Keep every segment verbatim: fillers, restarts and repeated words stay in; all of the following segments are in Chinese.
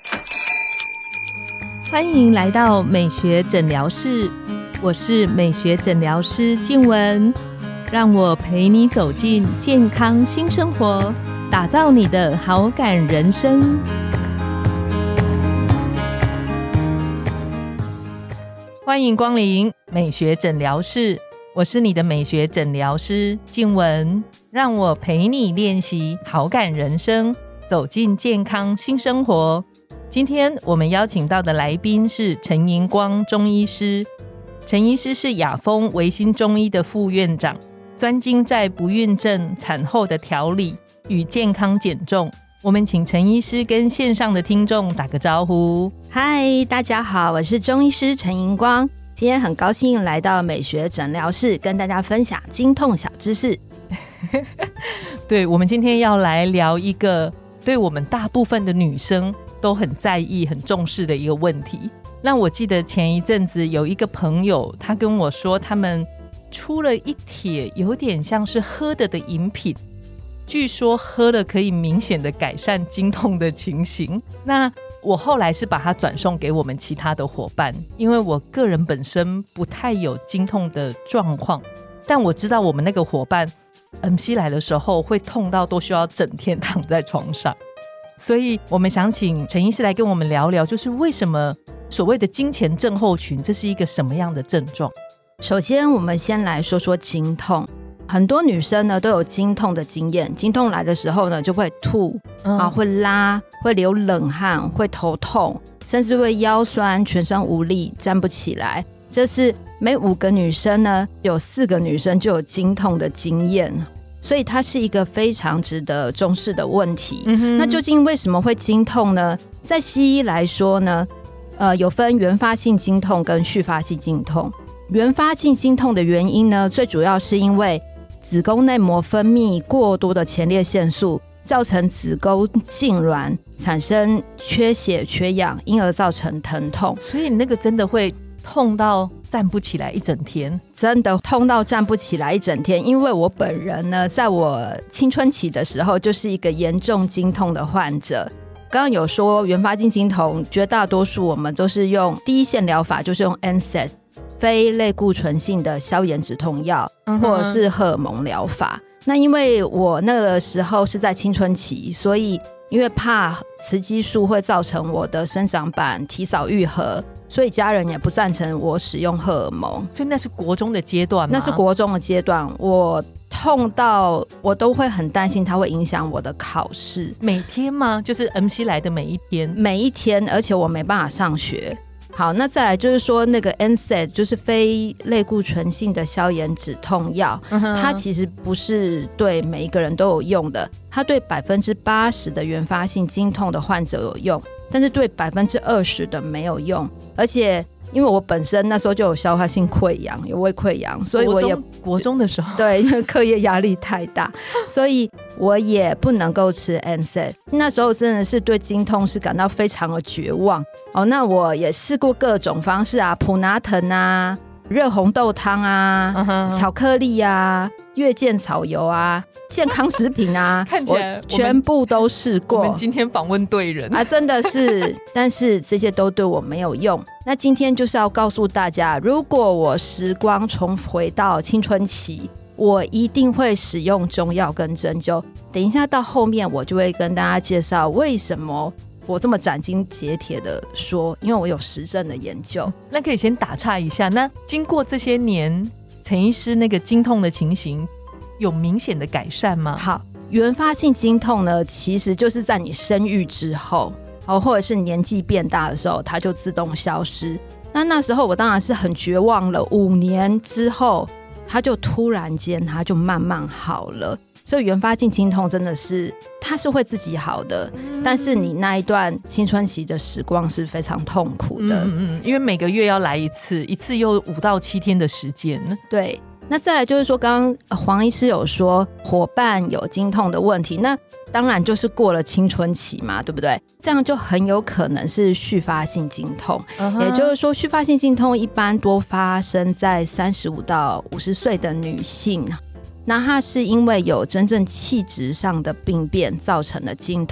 欢迎来到美学诊疗室，我是美学诊疗师静雯，让我陪你走进健康新生活，打造你的好感人生。欢迎光临美学诊疗室，我是你的美学诊疗师静雯，让我陪你练习好感人生，走进健康新生活。今天我们邀请到的来宾是陈银光中医师。陈医师是雅风维新中医的副院长，专精在不孕症、产后的调理与健康减重。我们请陈医师跟线上的听众打个招呼。 嗨，大家好，我是中医师陈银光，今天很高兴来到美学诊疗室，跟大家分享经痛小知识。 对，我们今天要来聊一个对我们大部分的女生都很在意很重视的一个问题。那我记得前一阵子有一个朋友，他跟我说他们出了一帖有点像是喝的的饮品，据说喝了可以明显的改善经痛的情形。那我后来是把它转送给我们其他的伙伴，因为我个人本身不太有经痛的状况，但我知道我们那个伙伴 M C 来的时候会痛到都需要整天躺在床上，所以我们想请陈医师来跟我们聊聊，就是为什么所谓的经前症候群，这是一个什么样的症状？ 首先我们先来说说经痛。很多女生呢都有经痛的经验，经痛来的时候呢就会吐、嗯啊、会拉，会流冷汗，会头痛，甚至会腰酸，全身无力，站不起来。这是每五个女生呢有四个女生就有经痛的经验，所以它是一个非常值得重视的问题、嗯、那究竟为什么会经痛呢？在西医来说呢，呃，有分原发性经痛跟续发性经痛。原发性经痛的原因呢，最主要是因为子宫内膜分泌过多的前列腺素，造成子宫痉挛，产生缺血缺氧，因而造成疼痛。 所以你那个真的会痛到站不起来一整天？ 真的痛到站不起来一整天，因为我本人呢，在我青春期的时候就是一个严重经痛的患者。刚刚有说原发性经痛绝大多数我们都是用第一线疗法，就是用 N SAID 非类固醇性的消炎止痛药、嗯、或者是荷尔蒙疗法。那因为我那个时候是在青春期，所以因为怕雌激素会造成我的生长板提早愈合，所以家人也不赞成我使用荷尔蒙。 所以那是国中的阶段吗？ 那是国中的阶段，我痛到我都会很担心它会影响我的考试。 每天吗？就是 M C 来的每一天？ 每一天，而且我没办法上学。好，那再来就是说那个 N SAID 就是非类固醇性的消炎止痛药、嗯、它其实不是对每一个人都有用的，它对百分之八十的原发性经痛的患者有用，但是对百分之二十的没有用。而且因为我本身那时候就有消化性溃疡，有胃溃疡，所以我也国中, 国中的时候， 对，因为课业压力太大，所以我也不能够吃 N SAID。 那时候真的是对经痛是感到非常的绝望哦。那我也试过各种方式啊，普拿疼啊，热红豆汤啊、uh-huh. 巧克力啊，月见草油啊，健康食品啊看起来我全部都试过。 我们今天访问对人啊，真的是但是这些都对我没有用。那今天就是要告诉大家，如果我时光重回到青春期，我一定会使用中药跟针灸。等一下到后面我就会跟大家介绍为什么我这么斩钉截铁的说，因为我有实证的研究。 那可以先打岔一下，那经过这些年陈医师那个经痛的情形有明显的改善吗？ 好，原发性经痛呢，其实就是在你生育之后、哦、或者是年纪变大的时候，它就自动消失。那那时候我当然是很绝望了，五年之后它就突然间它就慢慢好了。所以原发性经痛真的是它是会自己好的、嗯、但是你那一段青春期的时光是非常痛苦的。 嗯嗯，因为每个月要来一次，一次又五到七天的时间。 对，那再来就是说刚刚黄医师有说伙伴有经痛的问题，那当然就是过了青春期嘛，对不对？这样就很有可能是续发性经痛、uh-huh. 也就是说续发性经痛一般多发生在三十五到五十岁的女性，那它是因为有真正气质上的病变造成的经痛，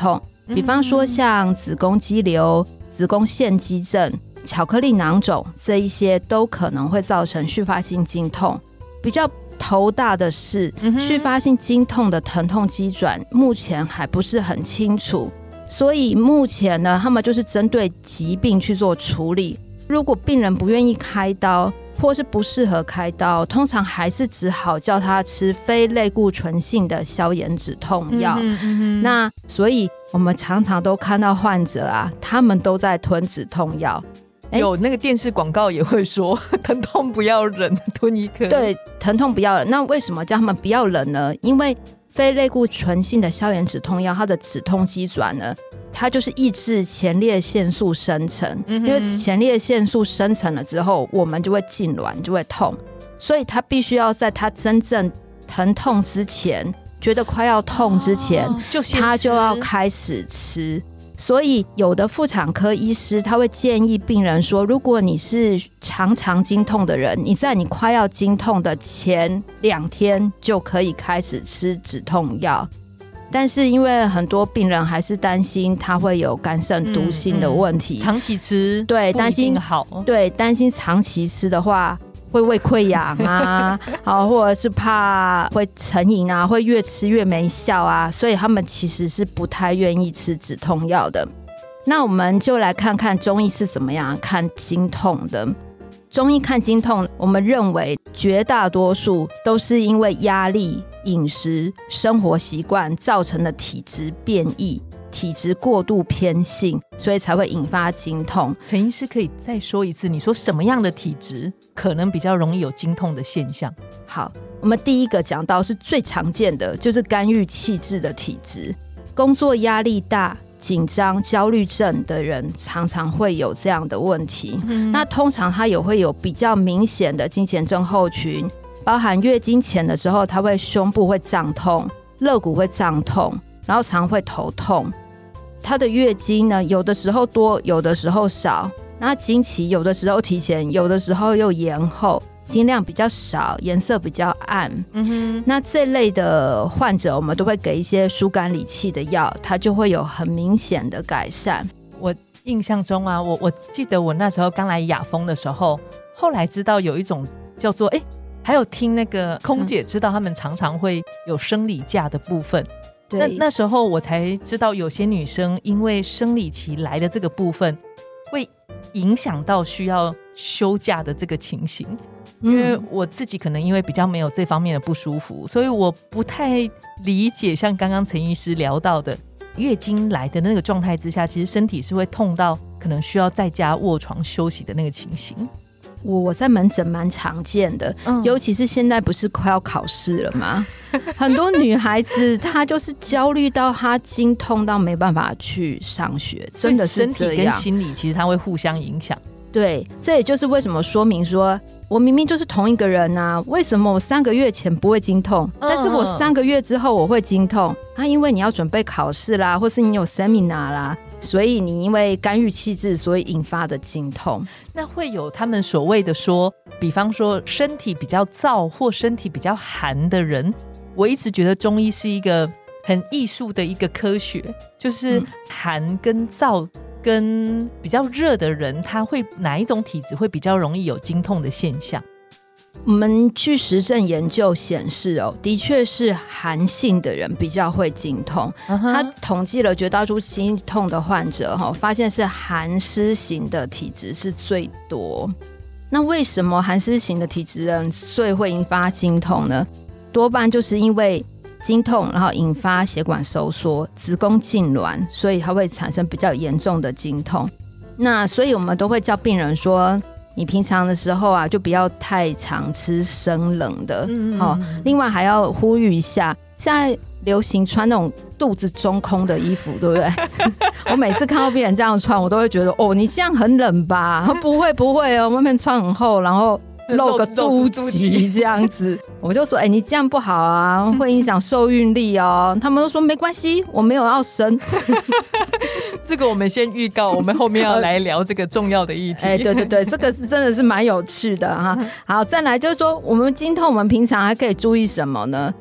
比方说像子宫肌瘤、子宫腺肌症、巧克力囊肿，这一些都可能会造成续发性经痛。比较头大的是、嗯、续发性经痛的疼痛机转目前还不是很清楚，所以目前呢，他们就是针对疾病去做处理。如果病人不愿意开刀或是不适合开刀，通常还是只好叫他吃非类固醇性的消炎止痛药、嗯嗯、那所以我们常常都看到患者啊，他们都在吞止痛药。 有那个电视广告也会说疼痛不要忍，吞一颗。 对，疼痛不要忍。那为什么叫他们不要忍呢？因为非类固醇性的消炎止痛药，它的止痛机转呢，它就是抑制前列腺素生成、嗯、因为前列腺素生成了之后，我们就会痉挛，就会痛，所以它必须要在它真正疼痛之前，觉得快要痛之前、哦、就它就要开始吃。所以有的妇产科医师他会建议病人说，如果你是常常经痛的人，你在你快要经痛的前两天就可以开始吃止痛药。但是因为很多病人还是担心他会有肝肾毒性的问题、嗯嗯、 长期吃对担心好对担心长期吃的话会胃溃疡啊好，或者是怕会成瘾啊，会越吃越没效啊，所以他们其实是不太愿意吃止痛药的。那我们就来看看中医是怎么样看经痛的。中医看经痛，我们认为绝大多数都是因为压力、饮食、生活习惯造成的体质变异，体质过度偏性，所以才会引发经痛。 陈医师可以再说一次，你说什么样的体质可能比较容易有经痛的现象？ 好，我们第一个讲到是最常见的，就是肝郁气滞的体质。工作压力大、紧张、焦虑症的人常常会有这样的问题、嗯、那通常他也会有比较明显的经前症候群，包含月经前的时候他会胸部会胀痛，肋骨会胀痛，然后常会头痛。他的月经呢，有的时候多，有的时候少，那经期有的时候提前，有的时候又延后，经量比较少，颜色比较暗、嗯、哼那这类的患者我们都会给一些疏肝理气的药，它就会有很明显的改善。 我印象中啊，我我记得我那时候刚来雅丰的时候，后来知道有一种叫做哎，还有听那个空姐知道他们常常会有生理假的部分、嗯、那那时候我才知道有些女生因为生理期来的这个部分会影响到需要休假的这个情形。因为我自己可能因为比较没有这方面的不舒服，所以我不太理解像刚刚陈医师聊到的月经来的那个状态之下，其实身体是会痛到可能需要在家卧床休息的那个情形。 我在门诊蛮常见的、嗯、尤其是现在不是快要考试了吗很多女孩子她就是焦虑到她经痛到没办法去上学，真的是这样。身体跟心理其实它会互相影响。 对，这也就是为什么说明说我明明就是同一个人啊，为什么我三个月前不会经痛、嗯、但是我三个月之后我会经痛啊？因为你要准备考试啦，或是你有 seminar 啦，所以你因为肝郁气滞所以引发的经痛。 那会有他们所谓的说，比方说身体比较燥或身体比较寒的人，我一直觉得中医是一个很艺术的一个科学，就是寒跟燥跟比较热的人，他会哪一种体质会比较容易有经痛的现象？ 我们据实证研究显示哦，的确是寒性的人比较会经痛、uh-huh. 他统计了绝大多数经痛的患者、哦、发现是寒湿型的体质是最多。那为什么寒湿型的体质人最会引发经痛呢？多半就是因为经痛然后引发血管收缩，子宫痉挛，所以它会产生比较严重的经痛。那所以我们都会叫病人说，你平常的时候啊，就不要太常吃生冷的、嗯哦、另外还要呼吁一下，现在流行穿那种肚子中空的衣服，对不对我每次看到病人这样穿，我都会觉得哦，你这样很冷吧不会不会哦，外面穿很厚，然后露个肚脐这样子我就说哎、欸，你这样不好啊，会影响受孕力哦他们都说没关系，我没有要生这个我们先预告，我们后面要来聊这个重要的议题哎、欸，对对对，这个是真的是蛮有趣的哈。好，再来就是说我们经痛我们平常还可以注意什么呢？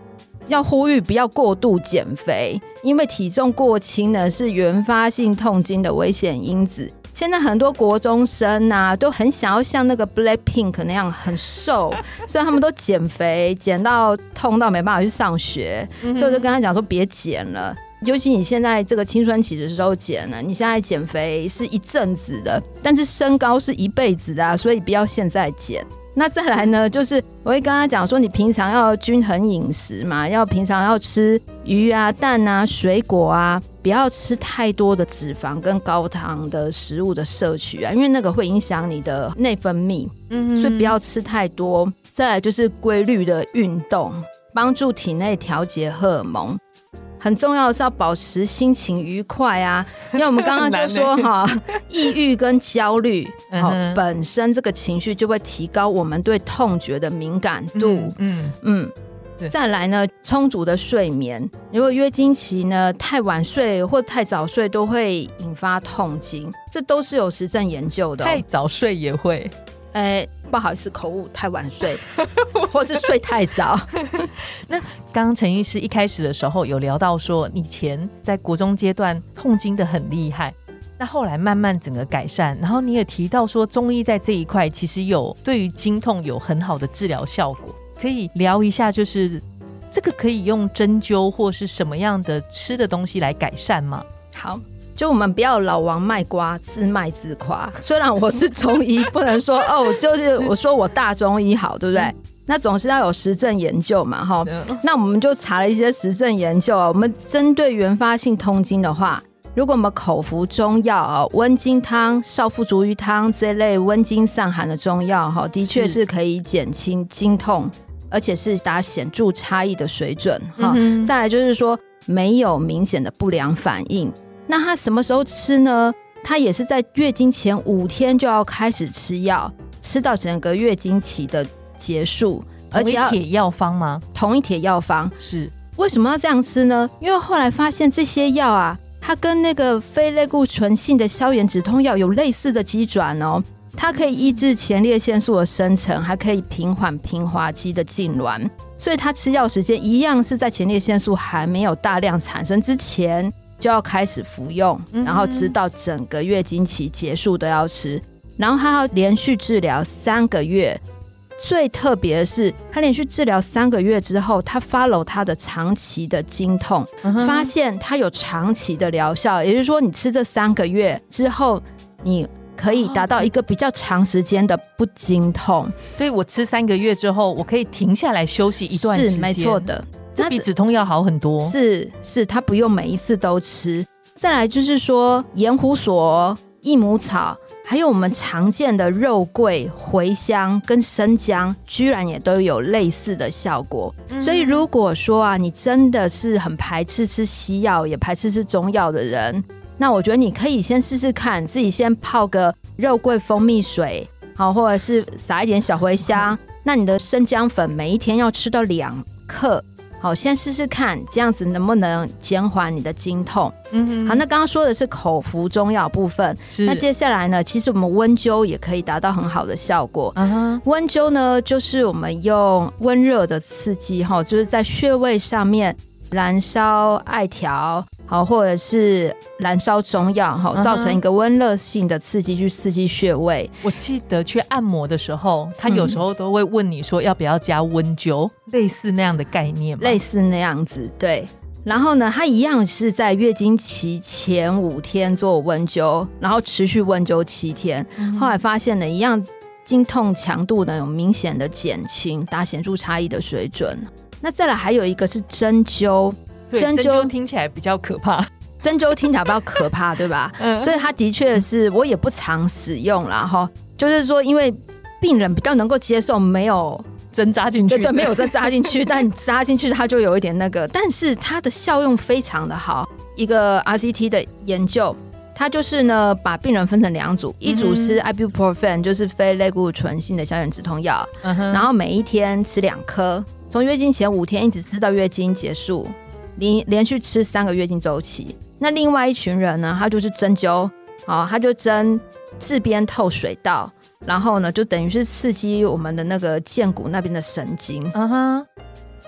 要呼吁不要过度减肥，因为体重过轻呢是原发性痛经的危险因子。现在很多国中生啊都很想要像那个 Blackpink 那样很瘦，所以他们都减肥减到痛到没办法去上学、嗯、所以我就跟他讲说别减了，尤其你现在这个青春期的时候减了，你现在减肥是一阵子的，但是身高是一辈子的、啊、所以不要现在减。那再来呢，就是我会跟他讲说，你平常要均衡饮食嘛，要平常要吃鱼啊、蛋啊、水果啊，不要吃太多的脂肪跟高糖的食物的摄取啊，因为那个会影响你的内分泌，嗯，所以不要吃太多。再来就是规律的运动，帮助体内调节荷尔蒙。很重要的是要保持心情愉快啊，因为我们刚刚就说哈，抑郁跟焦虑、嗯、本身这个情绪就会提高我们对痛觉的敏感度。嗯嗯嗯，再来呢，充足的睡眠，如果月经期呢太晚睡或太早睡都会引发痛经，这都是有实证研究的、哦。 太早睡也会。 欸、不好意思，口误，太晚睡或是睡太少。 那刚刚陈医师一开始的时候有聊到说，以前在国中阶段痛经的很厉害，那后来慢慢整个改善，然后你也提到说中医在这一块其实有对于经痛有很好的治疗效果，可以聊一下，就是这个可以用针灸或是什么样的吃的东西来改善吗？ 好，就我们不要老王卖瓜自卖自夸，虽然我是中医不能说哦，就是我说我大中医好，对不对、嗯、那总是要有实证研究嘛、嗯、那我们就查了一些实证研究、啊、我们针对原发性痛经的话，如果我们口服中药、啊、温经汤、少腹足浴汤这类温经散寒的中药、啊、的确是可以减轻经痛，而且是达显著差异的水准、嗯、再来就是说没有明显的不良反应。那他什么时候吃呢？他也是在月经前五天就要开始吃药，吃到整个月经期的结束。 同一帖药方吗？ 同一帖药方。 是。 为什么要这样吃呢？因为后来发现这些药啊，它跟那个非类固醇性的消炎止痛药有类似的机转哦，它可以抑制前列腺素的生成，还可以平缓平滑肌的痉挛，所以它吃药时间一样是在前列腺素还没有大量产生之前就要开始服用，然后直到整个月经期结束都要吃，然后他要连续治疗三个月。最特别的是他连续治疗三个月之后，他 follow 他的长期的经痛、嗯、发现他有长期的疗效，也就是说你吃这三个月之后，你可以达到一个比较长时间的不经痛。 所以我吃三个月之后，我可以停下来休息一段时间。 是没错的， 这比止痛药好很多。 是是，他不用每一次都吃。再来就是说盐胡索、益母草，还有我们常见的肉桂、茴香跟生姜，居然也都有类似的效果、嗯、所以如果说啊，你真的是很排斥吃西药也排斥吃中药的人，那我觉得你可以先试试看，自己先泡个肉桂蜂蜜水，好，或者是撒一点小茴香、嗯、那你的生姜粉每一天要吃到两克，好，先试试看这样子能不能减缓你的经痛。嗯哼，好，那刚刚说的是口服中药部分，那接下来呢，其实我们温灸也可以达到很好的效果。uh-huh. 温灸呢，就是我们用温热的刺激，就是在穴位上面燃烧艾条，好，或者是燃烧中药，好，造成一个温热性的刺激去刺激穴位。 我记得去按摩的时候，他有时候都会问你说要不要加温灸、嗯、类似那样的概念吗？ 类似那样子，对。然后呢，它一样是在月经期前五天做温灸，然后持续温灸七天、嗯、后来发现呢，一样经痛强度呢有明显的减轻，达显著差异的水准。那再来还有一个是针灸， 针灸听起来比较可怕， 针灸听起来比较可怕对吧、嗯、所以它的确是我也不常使用啦齁，就是说因为病人比较能够接受没有针扎进去， 对对，没有针扎进去但扎进去它就有一点那个，但是它的效用非常的好。一个 R C T 的研究，它就是呢把病人分成两组，一组是 ibuprofen、嗯、就是非类固醇性的消炎止痛药、嗯、然后每一天吃两颗，从月经前五天一直吃到月经结束，连连续吃三个月经周期。那另外一群人呢，他就是针灸，好，他就针痔边透水道，然后呢就等于是刺激我们的那个剑骨那边的神经、uh-huh.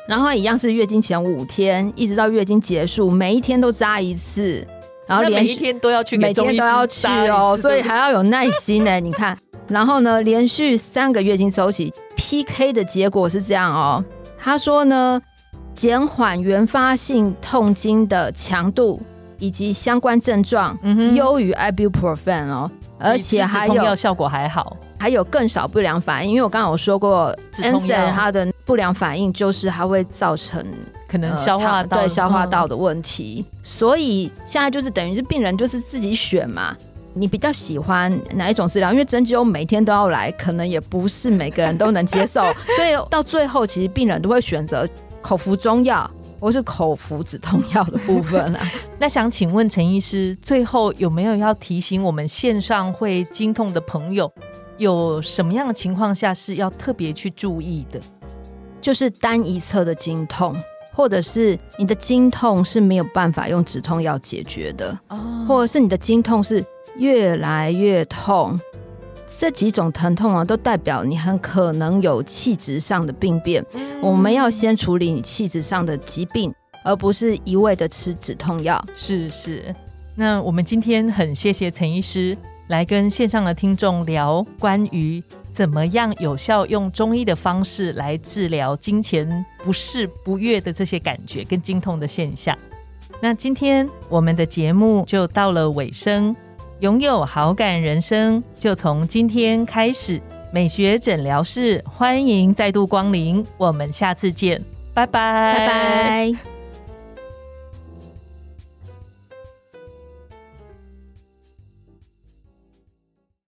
然后一样是月经前五天一直到月经结束，每一天都扎一次，然后连每一天都要去给中医师扎一次， 每天都要去哦，所以还要有耐心呢。你看，然后呢，连续三个月经周期 P K 的结果是这样哦。他说呢，减缓原发性痛经的强度以及相关症状优于 ibuprofen 哦，而且还有止痛药效果还好， 还有更少不良反应。因为我刚刚有说过 N S A I D 它的不良反应就是它会造成可能消化道、 呃、对消化道的问题、嗯、所以现在就是等于是病人就是自己选嘛，你比较喜欢哪一种治疗？因为针灸每天都要来，可能也不是每个人都能接受，所以到最后其实病人都会选择口服中药或是口服止痛药的部分啊。 那想请问陈医师，最后有没有要提醒我们线上会经痛的朋友，有什么样的情况下是要特别去注意的？ 就是单一侧的经痛，或者是你的经痛是没有办法用止痛药解决的、哦、或者是你的经痛是越来越痛，这几种疼痛啊，都代表你很可能有气质上的病变、嗯、我们要先处理你气质上的疾病，而不是一味的吃止痛药。 是是，那我们今天很谢谢陈医师来跟线上的听众聊关于怎么样有效用中医的方式来治疗经前不适不悦的这些感觉跟经痛的现象。那今天我们的节目就到了尾声，拥有好感人生就从今天开始，美学诊疗室欢迎再度光临，我们下次见，拜拜拜拜。